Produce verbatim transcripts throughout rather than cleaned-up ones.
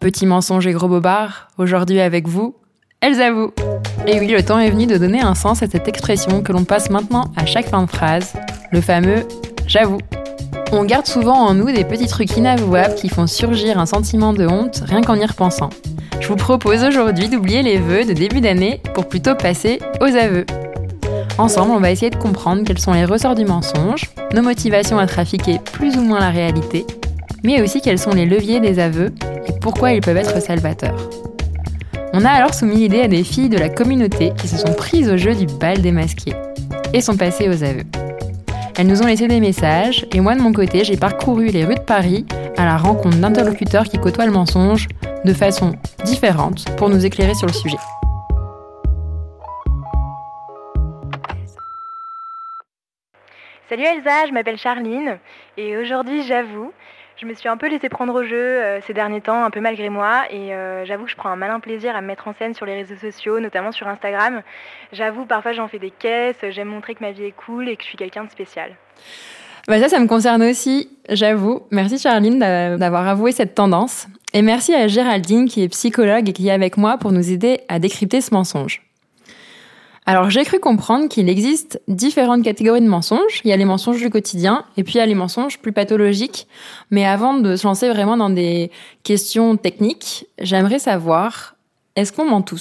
Petits mensonges et gros bobards, aujourd'hui avec vous, Elsa Vous. Et oui, le temps est venu de donner un sens à cette expression que l'on passe maintenant à chaque fin de phrase, le fameux « j'avoue ». On garde souvent en nous des petits trucs inavouables qui font surgir un sentiment de honte rien qu'en y repensant. Je vous propose aujourd'hui d'oublier les vœux de début d'année pour plutôt passer aux aveux. Ensemble, on va essayer de comprendre quels sont les ressorts du mensonge, nos motivations à trafiquer plus ou moins la réalité, mais aussi quels sont les leviers des aveux et pourquoi ils peuvent être salvateurs. On a alors soumis l'idée à des filles de la communauté qui se sont prises au jeu du bal démasqué et sont passées aux aveux. Elles nous ont laissé des messages et moi de mon côté, j'ai parcouru les rues de Paris à la rencontre d'interlocuteurs qui côtoient le mensonge de façon différente pour nous éclairer sur le sujet. Salut Elsa, je m'appelle Charline et aujourd'hui j'avoue, je me suis un peu laissée prendre au jeu euh, ces derniers temps, un peu malgré moi, et euh, j'avoue que je prends un malin plaisir à me mettre en scène sur les réseaux sociaux, notamment sur Instagram. J'avoue, parfois j'en fais des caisses, j'aime montrer que ma vie est cool et que je suis quelqu'un de spécial. Bah ça, ça me concerne aussi, j'avoue. Merci Charline d'avoir avoué cette tendance. Et merci à Géraldine qui est psychologue et qui est avec moi pour nous aider à décrypter ce mensonge. Alors, j'ai cru comprendre qu'il existe différentes catégories de mensonges. Il y a les mensonges du quotidien et puis il y a les mensonges plus pathologiques. Mais avant de se lancer vraiment dans des questions techniques, j'aimerais savoir, est-ce qu'on ment tous ?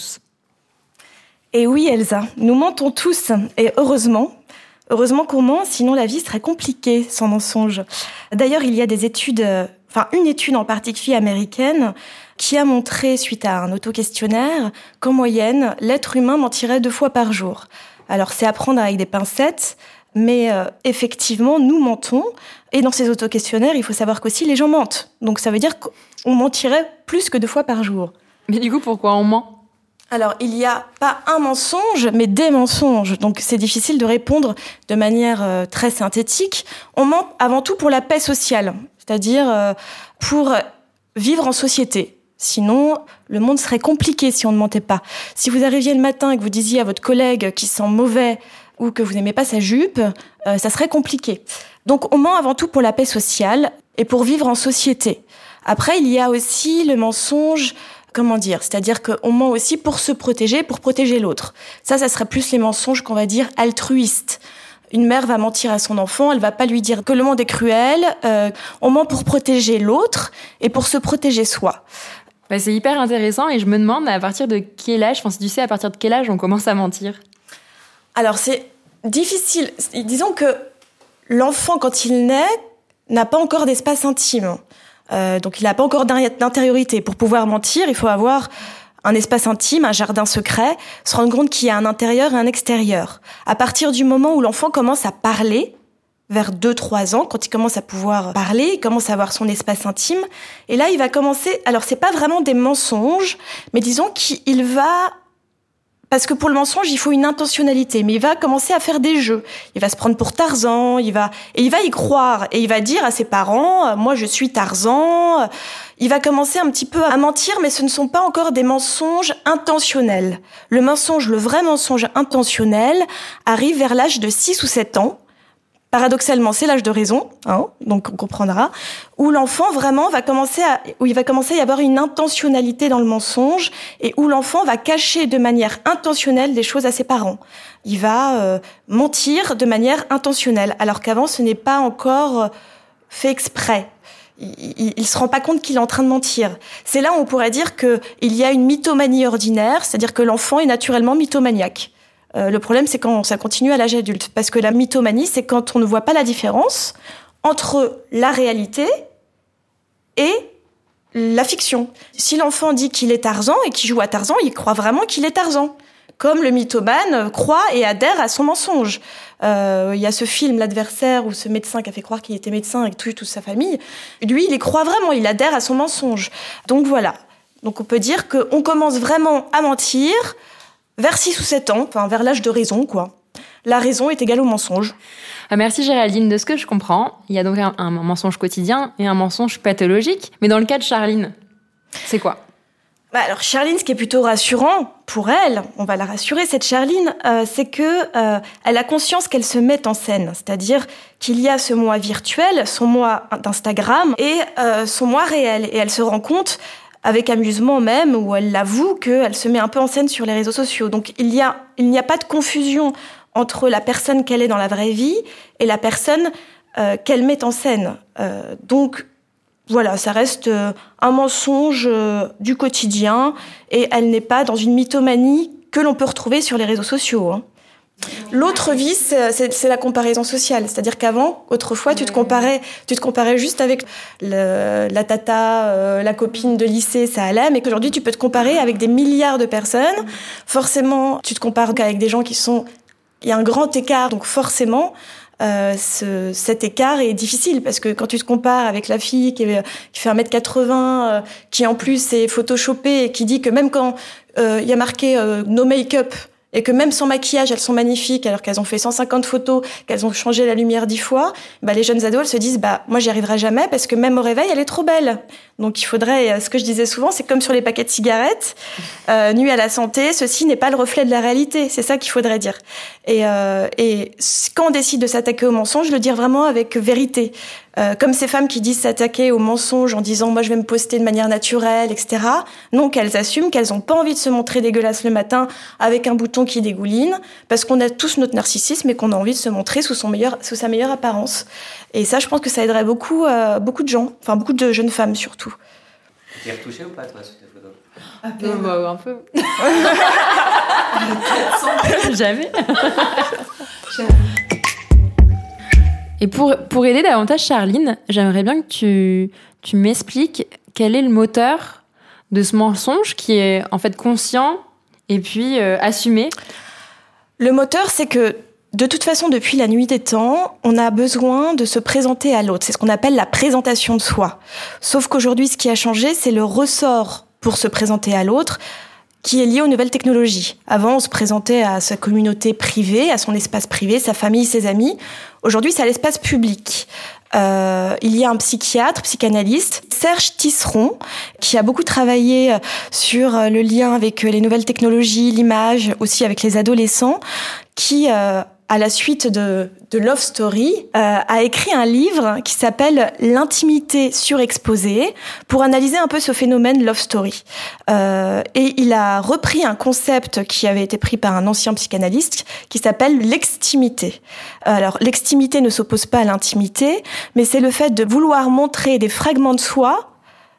Et oui, Elsa, nous mentons tous. Et heureusement, heureusement qu'on ment, sinon la vie serait compliquée sans mensonge. D'ailleurs, il y a des études, enfin une étude en particulier américaine, qui a montré, suite à un auto-questionnaire, qu'en moyenne, l'être humain mentirait deux fois par jour. Alors, c'est à prendre avec des pincettes, mais euh, effectivement, nous mentons. Et dans ces auto-questionnaires, il faut savoir qu'aussi, les gens mentent. Donc, ça veut dire qu'on mentirait plus que deux fois par jour. Mais du coup, pourquoi on ment ? Alors, il n'y a pas un mensonge, mais des mensonges. Donc, c'est difficile de répondre de manière euh, très synthétique. On ment avant tout pour la paix sociale, c'est-à-dire euh, pour vivre en société. Sinon, le monde serait compliqué si on ne mentait pas. Si vous arriviez le matin et que vous disiez à votre collègue qui sent mauvais ou que vous n'aimez pas sa jupe, euh, ça serait compliqué. Donc, on ment avant tout pour la paix sociale et pour vivre en société. Après, il y a aussi le mensonge, comment dire, c'est-à-dire qu'on ment aussi pour se protéger, pour protéger l'autre. Ça, ça serait plus les mensonges qu'on va dire altruistes. Une mère va mentir à son enfant, elle va pas lui dire que le monde est cruel. Euh, on ment pour protéger l'autre et pour se protéger soi. Bah, c'est hyper intéressant et je me demande à partir de quel âge, enfin si tu sais à partir de quel âge on commence à mentir. Alors c'est difficile. Disons que l'enfant quand il naît n'a pas encore d'espace intime, euh, donc il n'a pas encore d'intériorité. Pour pouvoir mentir, il faut avoir un espace intime, un jardin secret, se rendre compte qu'il y a un intérieur et un extérieur. À partir du moment où l'enfant commence à parler, vers deux trois ans, quand il commence à pouvoir parler, il commence à avoir son espace intime. Et là, il va commencer... Alors, c'est pas vraiment des mensonges, mais disons qu'il va... Parce que pour le mensonge, il faut une intentionnalité. Mais il va commencer à faire des jeux. Il va se prendre pour Tarzan, il va... et il va y croire. Et il va dire à ses parents, « Moi, je suis Tarzan ». Il va commencer un petit peu à mentir, mais ce ne sont pas encore des mensonges intentionnels. Le mensonge, le vrai mensonge intentionnel, arrive vers l'âge de six ou sept ans. Paradoxalement, c'est l'âge de raison, hein, donc on comprendra, où l'enfant vraiment va commencer à, où il va commencer à y avoir une intentionnalité dans le mensonge et où l'enfant va cacher de manière intentionnelle des choses à ses parents. Il va euh, mentir de manière intentionnelle, alors qu'avant ce n'est pas encore fait exprès. Il, il, il se rend pas compte qu'il est en train de mentir. C'est là où on pourrait dire que il y a une mythomanie ordinaire, c'est-à-dire que l'enfant est naturellement mythomaniaque. Euh, le problème, c'est quand ça continue à l'âge adulte. Parce que la mythomanie, c'est quand on ne voit pas la différence entre la réalité et la fiction. Si l'enfant dit qu'il est Tarzan et qu'il joue à Tarzan, il croit vraiment qu'il est Tarzan. Comme le mythomane croit et adhère à son mensonge. Euh, il y a ce film, L'Adversaire, où ce médecin qui a fait croire qu'il était médecin avec toute, toute sa famille, lui, il y croit vraiment, il adhère à son mensonge. Donc voilà. Donc on peut dire qu'on commence vraiment à mentir vers six ou sept ans, enfin vers l'âge de raison, quoi. La raison est égale au mensonge. Ah, merci Géraldine. De ce que je comprends, il y a donc un, un mensonge quotidien et un mensonge pathologique. Mais dans le cas de Charline, c'est quoi ? Bah alors Charline, ce qui est plutôt rassurant pour elle, on va la rassurer, cette Charline, euh, c'est que euh, elle a conscience qu'elle se met en scène, c'est-à-dire qu'il y a ce moi virtuel, son moi d'Instagram et euh, son moi réel, et elle se rend compte avec amusement même, où elle avoue qu'elle se met un peu en scène sur les réseaux sociaux. Donc il y a, il n'y a pas de confusion entre la personne qu'elle est dans la vraie vie et la personne euh, qu'elle met en scène. Euh, donc voilà, ça reste euh, un mensonge euh, du quotidien et elle n'est pas dans une mythomanie que l'on peut retrouver sur les réseaux sociaux, hein. L'autre vice, c'est, c'est la comparaison sociale. C'est-à-dire qu'avant, autrefois, tu te comparais, tu te comparais juste avec le, la tata, euh, la copine de lycée, ça allait, mais qu'aujourd'hui, tu peux te comparer avec des milliards de personnes. Forcément, tu te compares qu'avec des gens qui sont... Il y a un grand écart, donc forcément... Euh, ce, cet écart est difficile parce que quand tu te compares avec la fille qui, est, qui fait un mètre quatre-vingts, euh, qui en plus est photoshopée et qui dit que même quand il euh, y a marqué euh, no make-up et que même sans maquillage elles sont magnifiques alors qu'elles ont fait cent cinquante photos, qu'elles ont changé la lumière dix fois, bah les jeunes ados elles se disent bah moi j'y arriverai jamais parce que même au réveil elle est trop belle. Donc il faudrait, ce que je disais souvent, c'est comme sur les paquets de cigarettes, euh, nuit à la santé, ceci n'est pas le reflet de la réalité, c'est ça qu'il faudrait dire. Et, euh, et quand on décide de s'attaquer au mensonge, le dire vraiment avec vérité. Euh, comme ces femmes qui disent s'attaquer au mensonge en disant moi je vais me poster de manière naturelle, et cetera. Non, qu'elles assument qu'elles n'ont pas envie de se montrer dégueulasse le matin avec un bouton qui dégouline, parce qu'on a tous notre narcissisme et qu'on a envie de se montrer sous son meilleur, sous sa meilleure apparence. Et ça, je pense que ça aiderait beaucoup, euh, beaucoup de gens, enfin beaucoup de jeunes femmes surtout. Tu es retouchée ou pas toi sur tes photos? Un peu, bah, un peu. Jamais. Et pour, pour aider davantage Charline, j'aimerais bien que tu, tu m'expliques quel est le moteur de ce mensonge qui est en fait conscient et puis euh, assumé. Le moteur, c'est que de toute façon, depuis la nuit des temps, on a besoin de se présenter à l'autre. C'est ce qu'on appelle la présentation de soi. Sauf qu'aujourd'hui, ce qui a changé, c'est le ressort pour se présenter à l'autre qui est lié aux nouvelles technologies. Avant, on se présentait à sa communauté privée, à son espace privé, sa famille, ses amis. Aujourd'hui, c'est à l'espace public. Euh, il y a un psychiatre, psychanalyste, Serge Tisseron, qui a beaucoup travaillé sur le lien avec les nouvelles technologies, l'image, aussi avec les adolescents, qui, euh, à la suite de, de Love Story, euh, a écrit un livre qui s'appelle « L'intimité surexposée » pour analyser un peu ce phénomène Love Story. Euh, et il a repris un concept qui avait été pris par un ancien psychanalyste qui s'appelle l'extimité. Alors, l'extimité ne s'oppose pas à l'intimité, mais c'est le fait de vouloir montrer des fragments de soi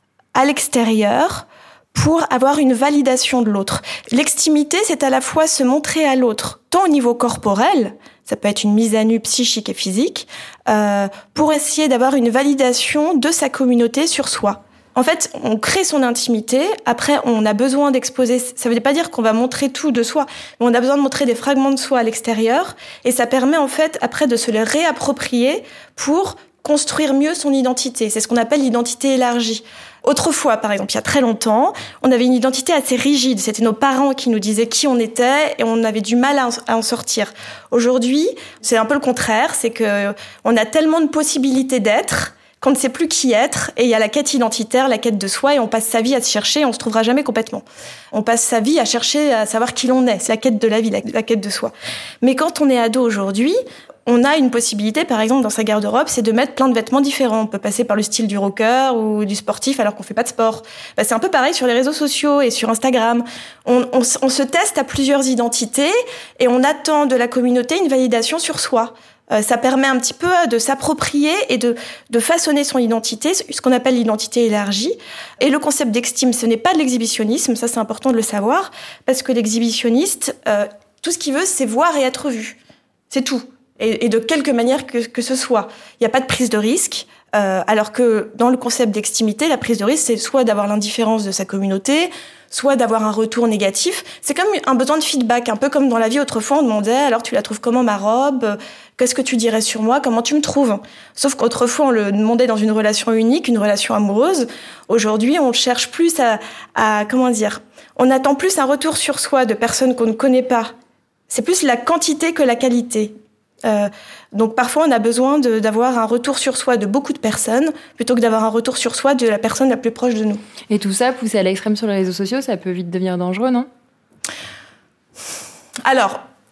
à l'extérieur pour avoir une validation de l'autre. L'extimité, c'est à la fois se montrer à l'autre, tant au niveau corporel, ça peut être une mise à nu psychique et physique, euh, pour essayer d'avoir une validation de sa communauté sur soi. En fait, on crée son intimité, après on a besoin d'exposer, ça veut pas dire qu'on va montrer tout de soi, mais on a besoin de montrer des fragments de soi à l'extérieur, et ça permet en fait après de se les réapproprier pour construire mieux son identité. C'est ce qu'on appelle l'identité élargie. Autrefois, par exemple, il y a très longtemps, on avait une identité assez rigide. C'était nos parents qui nous disaient qui on était et on avait du mal à en sortir. Aujourd'hui, c'est un peu le contraire. C'est que on a tellement de possibilités d'être qu'on ne sait plus qui être. Et il y a la quête identitaire, la quête de soi, et on passe sa vie à se chercher et on se trouvera jamais complètement. On passe sa vie à chercher à savoir qui l'on est. C'est la quête de la vie, la, la quête de soi. Mais quand on est ado aujourd'hui, on a une possibilité, par exemple, dans sa garde-robe, c'est de mettre plein de vêtements différents. On peut passer par le style du rocker ou du sportif alors qu'on fait pas de sport. Bah, c'est un peu pareil sur les réseaux sociaux et sur Instagram. On, on, on se teste à plusieurs identités et on attend de la communauté une validation sur soi. Euh, ça permet un petit peu de s'approprier et de, de façonner son identité, ce qu'on appelle l'identité élargie. Et le concept d'extime, ce n'est pas de l'exhibitionnisme, ça c'est important de le savoir, parce que l'exhibitionniste, euh, tout ce qu'il veut, c'est voir et être vu. C'est tout. Et, et de quelque manière que, que ce soit. Il n'y a pas de prise de risque, euh, alors que dans le concept d'extimité, la prise de risque, c'est soit d'avoir l'indifférence de sa communauté, soit d'avoir un retour négatif. C'est comme un besoin de feedback, un peu comme dans la vie autrefois, on demandait « alors tu la trouves comment ma robe ? Qu'est-ce que tu dirais sur moi ? Comment tu me trouves ?» Sauf qu'autrefois, on le demandait dans une relation unique, une relation amoureuse. Aujourd'hui, on cherche plus à, à comment dire, on attend plus un retour sur soi de personnes qu'on ne connaît pas. C'est plus la quantité que la qualité. Euh, donc parfois on a besoin de, d'avoir un retour sur soi de beaucoup de personnes plutôt que d'avoir un retour sur soi de la personne la plus proche de nous. Et tout ça poussé à l'extrême sur les réseaux sociaux, ça peut vite devenir dangereux, non ? Alors,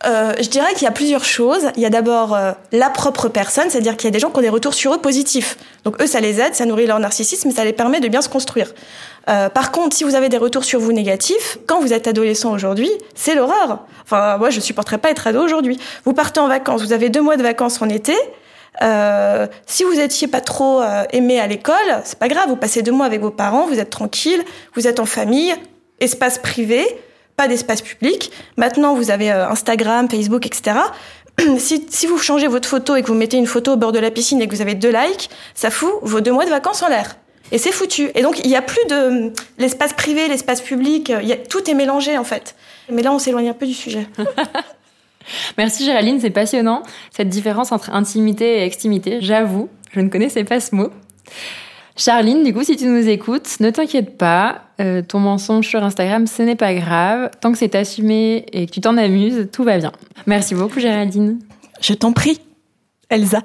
Euh, je dirais qu'il y a plusieurs choses. Il y a d'abord euh, la propre personne, c'est-à-dire qu'il y a des gens qui ont des retours sur eux positifs. Donc eux, ça les aide, ça nourrit leur narcissisme, mais ça les permet de bien se construire. Euh, par contre, si vous avez des retours sur vous négatifs, quand vous êtes adolescent aujourd'hui, c'est l'horreur. Enfin, moi, je supporterais pas être ado aujourd'hui. Vous partez en vacances, vous avez deux mois de vacances en été. Euh, si vous étiez pas trop euh, aimé à l'école, c'est pas grave. Vous passez deux mois avec vos parents, vous êtes tranquille, vous êtes en famille, espace privé, pas d'espace public. Maintenant, vous avez euh, Instagram, Facebook, et cetera. Si, si vous changez votre photo et que vous mettez une photo au bord de la piscine et que vous avez deux likes, ça fout vos deux mois de vacances en l'air. Et c'est foutu. Et donc, il n'y a plus de l'espace privé, l'espace public. Il y a, tout est mélangé, en fait. Mais là, on s'éloigne un peu du sujet. Merci Géraldine, c'est passionnant, cette différence entre intimité et extimité. J'avoue, je ne connaissais pas ce mot. Charline, du coup, si tu nous écoutes, ne t'inquiète pas. Euh, ton mensonge sur Instagram, ce n'est pas grave. Tant que c'est assumé et que tu t'en amuses, tout va bien. Merci beaucoup Géraldine. Je t'en prie, Elsa.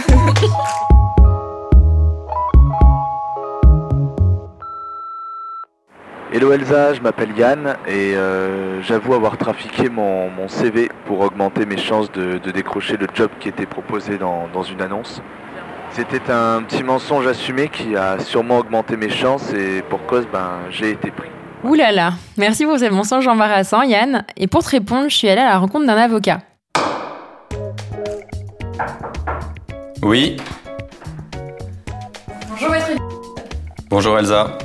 Hello Elsa, je m'appelle Yann et euh, j'avoue avoir trafiqué mon, mon C V pour augmenter mes chances de, de décrocher le job qui était proposé dans, dans une annonce. C'était un petit mensonge assumé qui a sûrement augmenté mes chances et pour cause, ben, j'ai été pris. Ouh là là, merci pour ces mensonges embarrassants Yann. Et pour te répondre, je suis allée à la rencontre d'un avocat. Oui. Bonjour maître. Bonjour Elsa.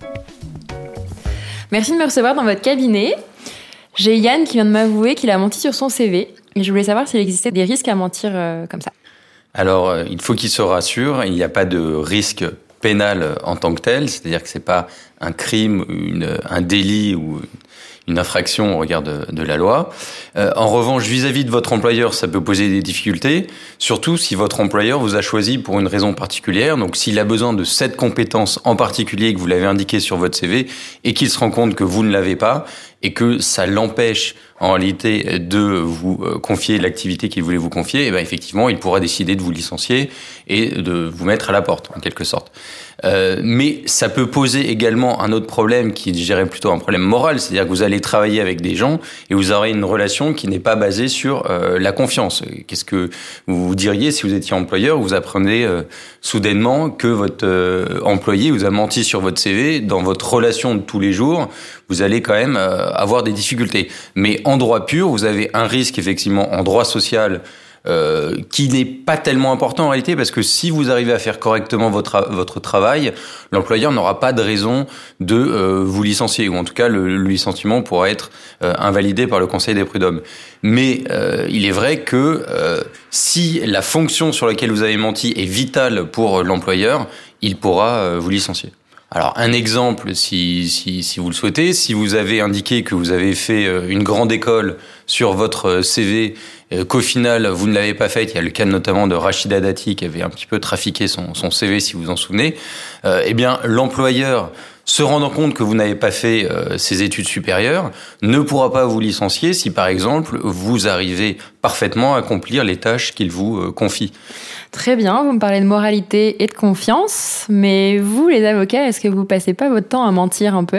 Merci de me recevoir dans votre cabinet. J'ai Yann qui vient de m'avouer qu'il a menti sur son C V. Et je voulais savoir s'il existait des risques à mentir euh, comme ça. Alors, euh, il faut qu'il se rassure, il n'y a pas de risque pénal en tant que tel, c'est-à-dire que c'est pas un crime, une, un délit ou une infraction au regard de, de la loi. Euh, en revanche, vis-à-vis de votre employeur, ça peut poser des difficultés, surtout si votre employeur vous a choisi pour une raison particulière. Donc, s'il a besoin de cette compétence en particulier que vous l'avez indiqué sur votre C V et qu'il se rend compte que vous ne l'avez pas et que ça l'empêche en réalité de vous confier l'activité qu'il voulait vous confier, et ben effectivement, il pourra décider de vous licencier et de vous mettre à la porte, en quelque sorte. Euh, mais ça peut poser également un autre problème qui, je dirais plutôt un problème moral, c'est-à-dire que vous allez travailler avec des gens et vous aurez une relation qui n'est pas basée sur euh, la confiance. Qu'est-ce que vous diriez si vous étiez employeur, vous apprenez euh, soudainement que votre euh, employé vous a menti sur votre C V, dans votre relation de tous les jours, vous allez quand même euh, avoir des difficultés. Mais en droit pur, vous avez un risque effectivement en droit social Euh, qui n'est pas tellement important en réalité, parce que si vous arrivez à faire correctement votre votre travail, l'employeur n'aura pas de raison de euh, vous licencier, ou en tout cas le, le licenciement pourra être euh, invalidé par le Conseil des prud'hommes. Mais euh, il est vrai que euh, si la fonction sur laquelle vous avez menti est vitale pour l'employeur, il pourra euh, vous licencier. Alors, un exemple, si, si, si vous le souhaitez, si vous avez indiqué que vous avez fait une grande école sur votre C V, euh, qu'au final, vous ne l'avez pas faite, il y a le cas notamment de Rachida Dati qui avait un petit peu trafiqué son, son C V, si vous vous en souvenez, euh, eh bien, l'employeur, se rendant compte que vous n'avez pas fait euh, ces études supérieures, ne pourra pas vous licencier si, par exemple, vous arrivez parfaitement à accomplir les tâches qu'il vous euh, confie. Très bien, vous me parlez de moralité et de confiance, mais vous, les avocats, est-ce que vous passez pas votre temps à mentir un peu ?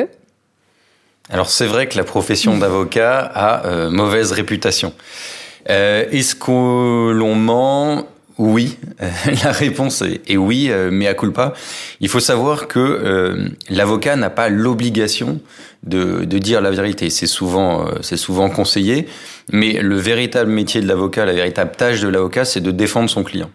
Alors c'est vrai que la profession d'avocat a euh, mauvaise réputation. Euh, est-ce que l'on ment ? Oui, euh, la réponse est, est oui, euh, mea culpa. Il faut savoir que euh, l'avocat n'a pas l'obligation de, de dire la vérité. C'est souvent, euh, c'est souvent conseillé, mais le véritable métier de l'avocat, la véritable tâche de l'avocat, c'est de défendre son client.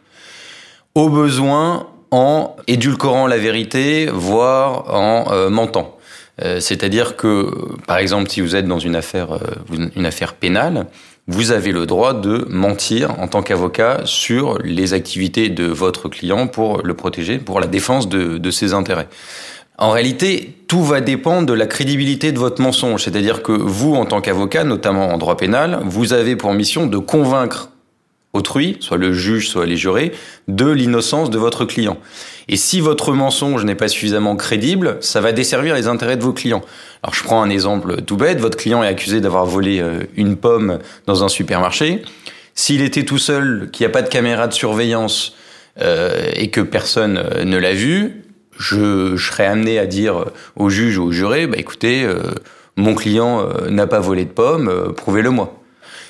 Au besoin, en édulcorant la vérité, voire en euh, mentant. Euh, c'est-à-dire que, par exemple, si vous êtes dans une affaire, euh, une affaire pénale, vous avez le droit de mentir en tant qu'avocat sur les activités de votre client pour le protéger, pour la défense de, de ses intérêts. En réalité, tout va dépendre de la crédibilité de votre mensonge. C'est-à-dire que vous, en tant qu'avocat, notamment en droit pénal, vous avez pour mission de convaincre autrui, soit le juge, soit les jurés, de l'innocence de votre client. Et si votre mensonge n'est pas suffisamment crédible, ça va desservir les intérêts de vos clients. Alors je prends un exemple tout bête, votre client est accusé d'avoir volé une pomme dans un supermarché. S'il était tout seul, qu'il n'y a pas de caméra de surveillance euh, et que personne ne l'a vu, je, je serais amené à dire au juge ou au juré, bah écoutez, euh, mon client euh, n'a pas volé de pomme, euh, prouvez-le moi.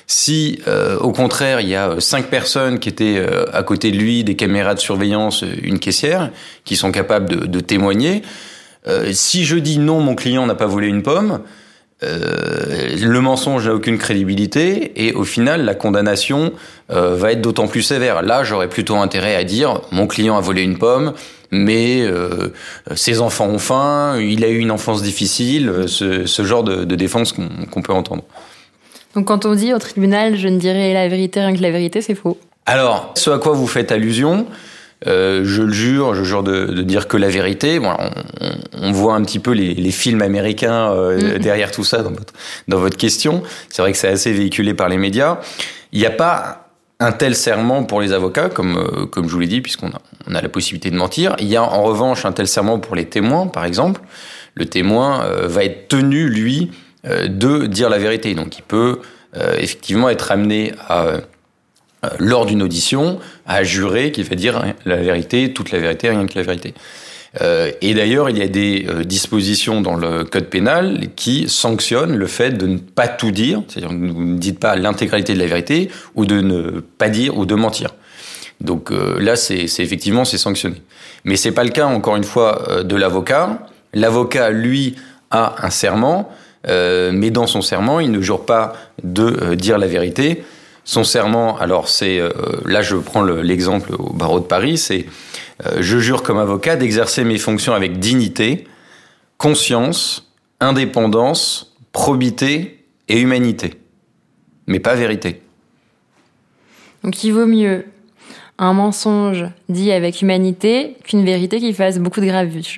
Si, euh, au contraire, il y a cinq personnes qui étaient euh, à côté de lui, des caméras de surveillance, une caissière, qui sont capables de, de témoigner, euh, si je dis non, mon client n'a pas volé une pomme, euh, le mensonge n'a aucune crédibilité et au final, la condamnation euh, va être d'autant plus sévère. Là, j'aurais plutôt intérêt à dire mon client a volé une pomme, mais euh, ses enfants ont faim, il a eu une enfance difficile, ce, ce genre de, de défense qu'on, qu'on peut entendre. Donc quand on dit au tribunal, je ne dirai la vérité, rien que la vérité, c'est faux. Alors, ce à quoi vous faites allusion, euh, je le jure, je jure de, de dire que la vérité. Bon, on, on voit un petit peu les, les films américains euh, mmh. derrière tout ça dans votre, dans votre question. C'est vrai que c'est assez véhiculé par les médias. Il n'y a pas un tel serment pour les avocats, comme, euh, comme je vous l'ai dit, puisqu'on a, on a la possibilité de mentir. Il y a en revanche un tel serment pour les témoins, par exemple. Le témoin euh, va être tenu, lui, euh, de dire la vérité. Donc il peut euh, effectivement être amené à... Euh, lors d'une audition, à jurer qu'il va dire la vérité, toute la vérité, rien que la vérité. Euh, et d'ailleurs, il y a des euh, dispositions dans le code pénal qui sanctionnent le fait de ne pas tout dire, c'est-à-dire que vous ne dites pas l'intégralité de la vérité, ou de ne pas dire ou de mentir. Donc euh, là, c'est, c'est effectivement c'est sanctionné. Mais c'est pas le cas, encore une fois, euh, de l'avocat. L'avocat, lui, a un serment, euh, mais dans son serment, il ne jure pas de euh, dire la vérité. Son serment, alors c'est, euh, là je prends le, l'exemple au barreau de Paris, c'est euh, je jure comme avocat d'exercer mes fonctions avec dignité, conscience, indépendance, probité et humanité, mais pas vérité. Donc il vaut mieux un mensonge dit avec humanité qu'une vérité qui fasse beaucoup de gravuge.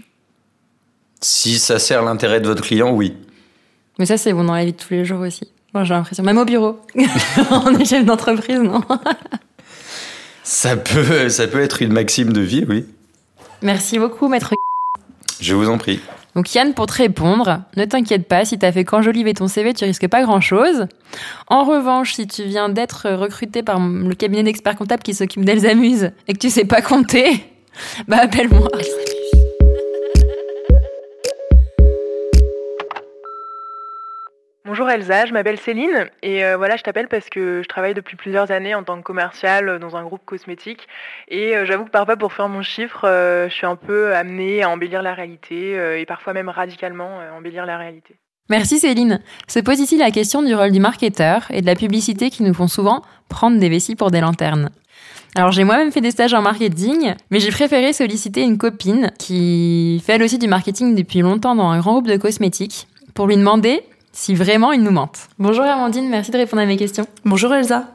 Si ça sert l'intérêt de votre client, oui. Mais ça c'est bon dans la vie de tous les jours aussi. Bon, j'ai l'impression, même au bureau. On est chef d'entreprise, non? Ça peut, ça peut être une maxime de vie, oui. Merci beaucoup, maître. Je vous en prie. Donc Yann, pour te répondre, ne t'inquiète pas, si t'as fait qu'enjoliver ton C V, tu risques pas grand-chose. En revanche, si tu viens d'être recruté par le cabinet d'experts comptables qui s'occupe d'Elles Amuse et que tu sais pas compter, bah appelle-moi. Bonjour Elsa, je m'appelle Céline et euh, voilà, je t'appelle parce que je travaille depuis plusieurs années en tant que commerciale dans un groupe cosmétique et euh, j'avoue que parfois pour faire mon chiffre, euh, je suis un peu amenée à embellir la réalité euh, et parfois même radicalement euh, embellir la réalité. Merci Céline. Se pose ici la question du rôle du marketeur et de la publicité qui nous font souvent prendre des vessies pour des lanternes. Alors j'ai moi-même fait des stages en marketing, mais j'ai préféré solliciter une copine qui fait elle aussi du marketing depuis longtemps dans un grand groupe de cosmétiques pour lui demander si vraiment ils nous mentent. Bonjour Amandine, merci de répondre à mes questions. Bonjour Elsa.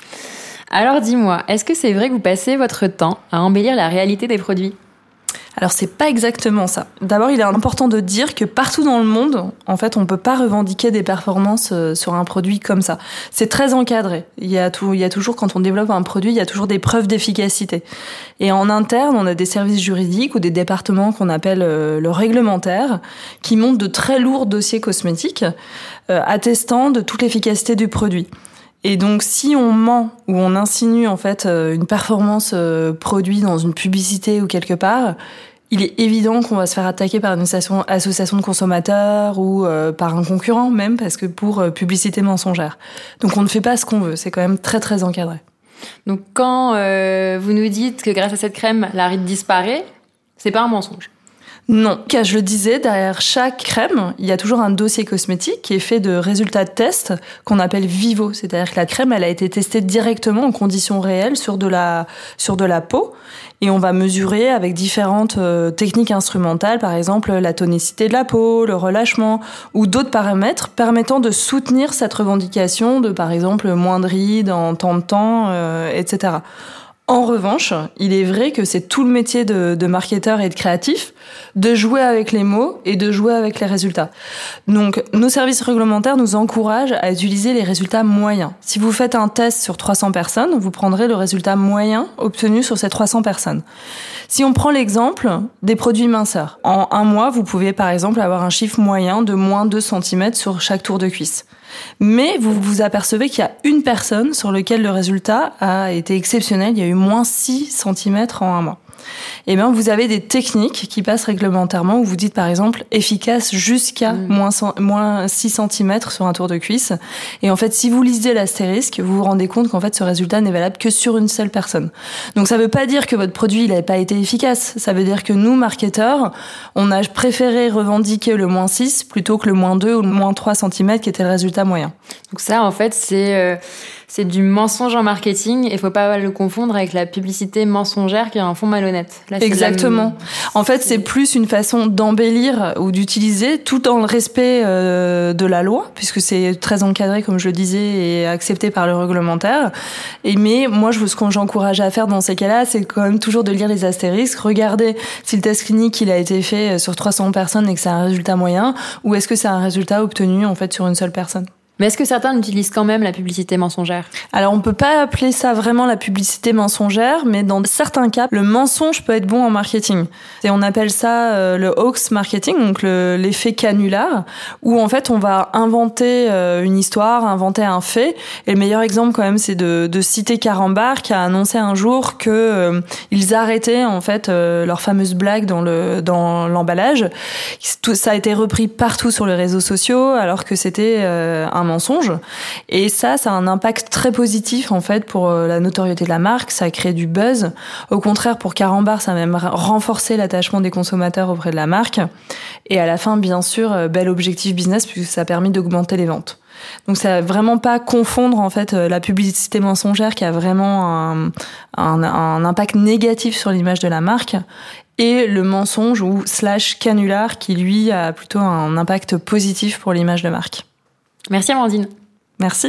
Alors dis-moi, est-ce que c'est vrai que vous passez votre temps à embellir la réalité des produits ? Alors c'est pas exactement ça. D'abord, il est important de dire que partout dans le monde, en fait, on peut pas revendiquer des performances sur un produit comme ça. C'est très encadré. Il y a tout, il y a toujours, quand on développe un produit, il y a toujours des preuves d'efficacité. Et en interne, on a des services juridiques ou des départements qu'on appelle euh, le réglementaire, qui montent de très lourds dossiers cosmétiques, euh, attestant de toute l'efficacité du produit. Et donc, si on ment ou on insinue en fait une performance euh, produit dans une publicité ou quelque part, il est évident qu'on va se faire attaquer par une association, association de consommateurs ou euh, par un concurrent même, parce que pour euh, publicité mensongère. Donc, on ne fait pas ce qu'on veut. C'est quand même très très encadré. Donc, quand euh, vous nous dites que grâce à cette crème, la ride disparaît, c'est pas un mensonge. Non, car je le disais, derrière chaque crème, il y a toujours un dossier cosmétique qui est fait de résultats de tests qu'on appelle vivo. C'est-à-dire que la crème, elle a été testée directement en conditions réelles sur de la, sur de la peau. Et on va mesurer avec différentes euh, techniques instrumentales, par exemple la tonicité de la peau, le relâchement ou d'autres paramètres permettant de soutenir cette revendication de, par exemple, moins de rides en tant de temps, euh, et cetera. En revanche, il est vrai que c'est tout le métier de, de marketeur et de créatif de jouer avec les mots et de jouer avec les résultats. Donc, nos services réglementaires nous encouragent à utiliser les résultats moyens. Si vous faites un test sur trois cents personnes, vous prendrez le résultat moyen obtenu sur ces trois cents personnes. Si on prend l'exemple des produits minceurs, en un mois, vous pouvez par exemple avoir un chiffre moyen de moins deux centimètres sur chaque tour de cuisse. Mais vous vous apercevez qu'il y a une personne sur laquelle le résultat a été exceptionnel, il y a eu moins six centimètres en un mois. eh bien, vous avez des techniques qui passent réglementairement où vous dites, par exemple, efficace jusqu'à mmh. moins, moins six centimètres sur un tour de cuisse. Et en fait, si vous lisez l'astérisque, vous vous rendez compte qu'en fait, ce résultat n'est valable que sur une seule personne. Donc, ça veut pas dire que votre produit, il n'avait pas été efficace. Ça veut dire que nous, marketeurs, on a préféré revendiquer le moins six plutôt que le moins deux ou le moins trois centimètres qui était le résultat moyen. Donc ça, en fait, c'est, euh, c'est du mensonge en marketing et faut pas le confondre avec la publicité mensongère qui a un fond malhonnête. Là, c'est Exactement. La... En fait, c'est... c'est plus une façon d'embellir ou d'utiliser tout dans le respect euh, de la loi, puisque c'est très encadré, comme je le disais, et accepté par le réglementaire. Et mais moi, je, ce que j'encourage à faire dans ces cas-là, c'est quand même toujours de lire les astérisques, regarder si le test clinique il a été fait sur trois cents personnes et que c'est un résultat moyen, ou est-ce que c'est un résultat obtenu en fait sur une seule personne. Mais est-ce que certains utilisent quand même la publicité mensongère ? Alors, on peut pas appeler ça vraiment la publicité mensongère, mais dans certains cas, le mensonge peut être bon en marketing. Et on appelle ça euh, le hoax marketing, donc le, l'effet canular, où en fait, on va inventer euh, une histoire, inventer un fait. Et le meilleur exemple, quand même, c'est de, de citer Carambar, qui a annoncé un jour que euh, ils arrêtaient en fait euh, leur fameuse blague dans le dans l'emballage. Tout ça a été repris partout sur les réseaux sociaux, alors que c'était euh, un mensonge. Et ça, ça a un impact très positif, en fait, pour la notoriété de la marque. Ça a créé du buzz. Au contraire, pour Carambar, ça a même renforcé l'attachement des consommateurs auprès de la marque. Et à la fin, bien sûr, bel objectif business, puisque ça a permis d'augmenter les ventes. Donc, ça va vraiment pas confondre, en fait, la publicité mensongère qui a vraiment un, un, un impact négatif sur l'image de la marque et le mensonge ou slash canular qui, lui, a plutôt un impact positif pour l'image de marque. Merci Amandine. Merci.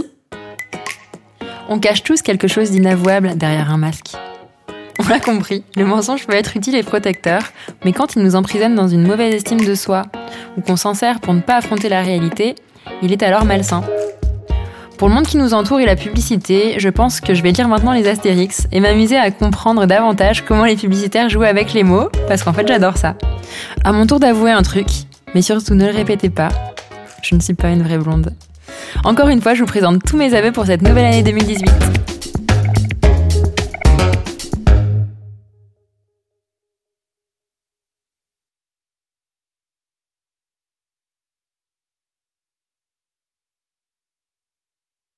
On cache tous quelque chose d'inavouable derrière un masque. On l'a compris, le mensonge peut être utile et protecteur, mais quand il nous emprisonne dans une mauvaise estime de soi, ou qu'on s'en sert pour ne pas affronter la réalité, il est alors malsain. Pour le monde qui nous entoure et la publicité, je pense que je vais lire maintenant les Astérix et m'amuser à comprendre davantage comment les publicitaires jouent avec les mots, parce qu'en fait j'adore ça. À mon tour d'avouer un truc, mais surtout ne le répétez pas, je ne suis pas une vraie blonde. Encore une fois, je vous présente tous mes aveux pour cette nouvelle année deux mille dix-huit.